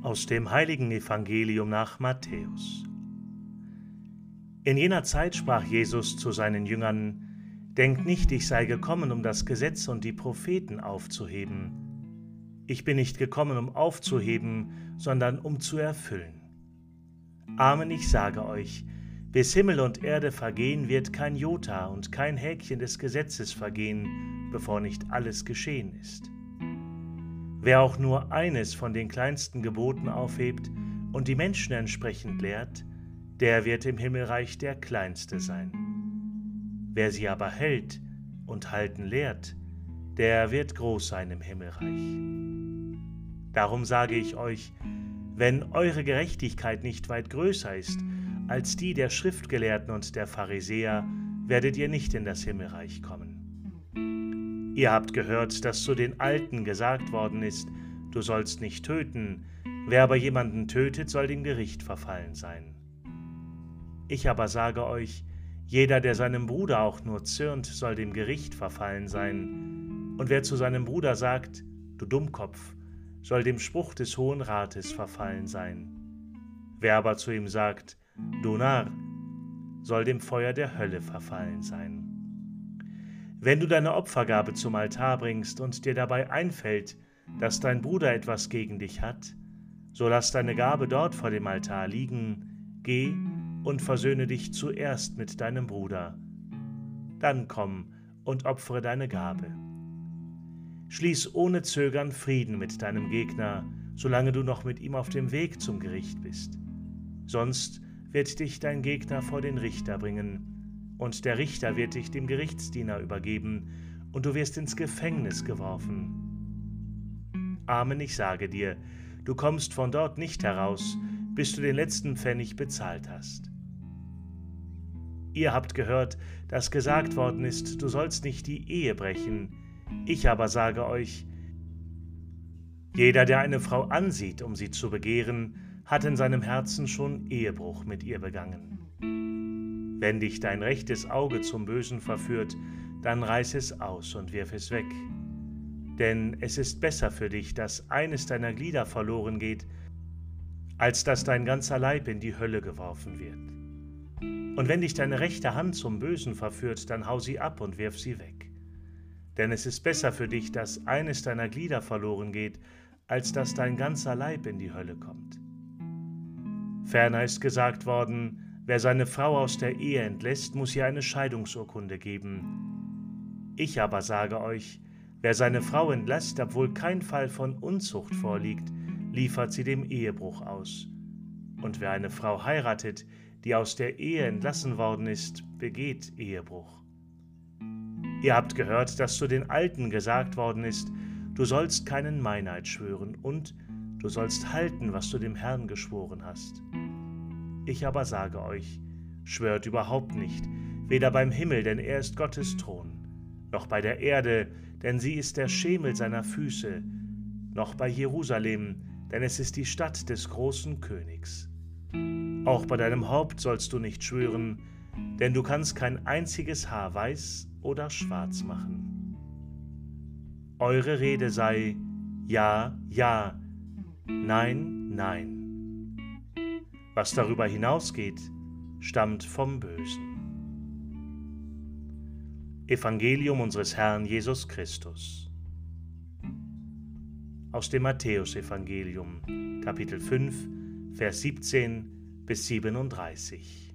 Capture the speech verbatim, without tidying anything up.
Aus dem heiligen Evangelium nach Matthäus. In jener Zeit sprach Jesus zu seinen Jüngern: Denkt nicht, ich sei gekommen, um das Gesetz und die Propheten aufzuheben. Ich bin nicht gekommen, um aufzuheben, sondern um zu erfüllen. Amen, ich sage euch, bis Himmel und Erde vergehen, wird kein Jota und kein Häkchen des Gesetzes vergehen, bevor nicht alles geschehen ist. Wer auch nur eines von den kleinsten Geboten aufhebt und die Menschen entsprechend lehrt, der wird im Himmelreich der Kleinste sein. Wer sie aber hält und halten lehrt, der wird groß sein im Himmelreich. Darum sage ich euch, wenn eure Gerechtigkeit nicht weit größer ist als die der Schriftgelehrten und der Pharisäer, werdet ihr nicht in das Himmelreich kommen. Ihr habt gehört, dass zu den Alten gesagt worden ist, du sollst nicht töten, wer aber jemanden tötet, soll dem Gericht verfallen sein. Ich aber sage euch, jeder, der seinem Bruder auch nur zürnt, soll dem Gericht verfallen sein. Und wer zu seinem Bruder sagt, du Dummkopf, soll dem Spruch des Hohen Rates verfallen sein. Wer aber zu ihm sagt, du Narr, soll dem Feuer der Hölle verfallen sein. Wenn du deine Opfergabe zum Altar bringst und dir dabei einfällt, dass dein Bruder etwas gegen dich hat, so lass deine Gabe dort vor dem Altar liegen, geh und versöhne dich zuerst mit deinem Bruder. Dann komm und opfere deine Gabe. Schließ ohne Zögern Frieden mit deinem Gegner, solange du noch mit ihm auf dem Weg zum Gericht bist. Sonst wird dich dein Gegner vor den Richter bringen, und der Richter wird dich dem Gerichtsdiener übergeben, und du wirst ins Gefängnis geworfen. Amen, ich sage dir, du kommst von dort nicht heraus, bis du den letzten Pfennig bezahlt hast. Ihr habt gehört, dass gesagt worden ist, du sollst nicht die Ehe brechen. Ich aber sage euch, jeder, der eine Frau ansieht, um sie zu begehren, hat in seinem Herzen schon Ehebruch mit ihr begangen. Wenn dich dein rechtes Auge zum Bösen verführt, dann reiß es aus und wirf es weg. Denn es ist besser für dich, dass eines deiner Glieder verloren geht, als dass dein ganzer Leib in die Hölle geworfen wird. Und wenn dich deine rechte Hand zum Bösen verführt, dann hau sie ab und wirf sie weg. Denn es ist besser für dich, dass eines deiner Glieder verloren geht, als dass dein ganzer Leib in die Hölle kommt. Ferner ist gesagt worden, wer seine Frau aus der Ehe entlässt, muss ihr eine Scheidungsurkunde geben. Ich aber sage euch, wer seine Frau entlässt, obwohl kein Fall von Unzucht vorliegt, liefert sie dem Ehebruch aus. Und wer eine Frau heiratet, die aus der Ehe entlassen worden ist, begeht Ehebruch. Ihr habt gehört, dass zu den Alten gesagt worden ist, du sollst keinen Meineid schwören und du sollst halten, was du dem Herrn geschworen hast. Ich aber sage euch, schwört überhaupt nicht, weder beim Himmel, denn er ist Gottes Thron, noch bei der Erde, denn sie ist der Schemel seiner Füße, noch bei Jerusalem, denn es ist die Stadt des großen Königs. Auch bei deinem Haupt sollst du nicht schwören, denn du kannst kein einziges Haar weiß oder schwarz machen. Eure Rede sei ja, ja, nein, nein. Was darüber hinausgeht, stammt vom Bösen. Evangelium unseres Herrn Jesus Christus. Aus dem Matthäusevangelium, Kapitel fünf, Vers siebzehn bis siebenunddreißig.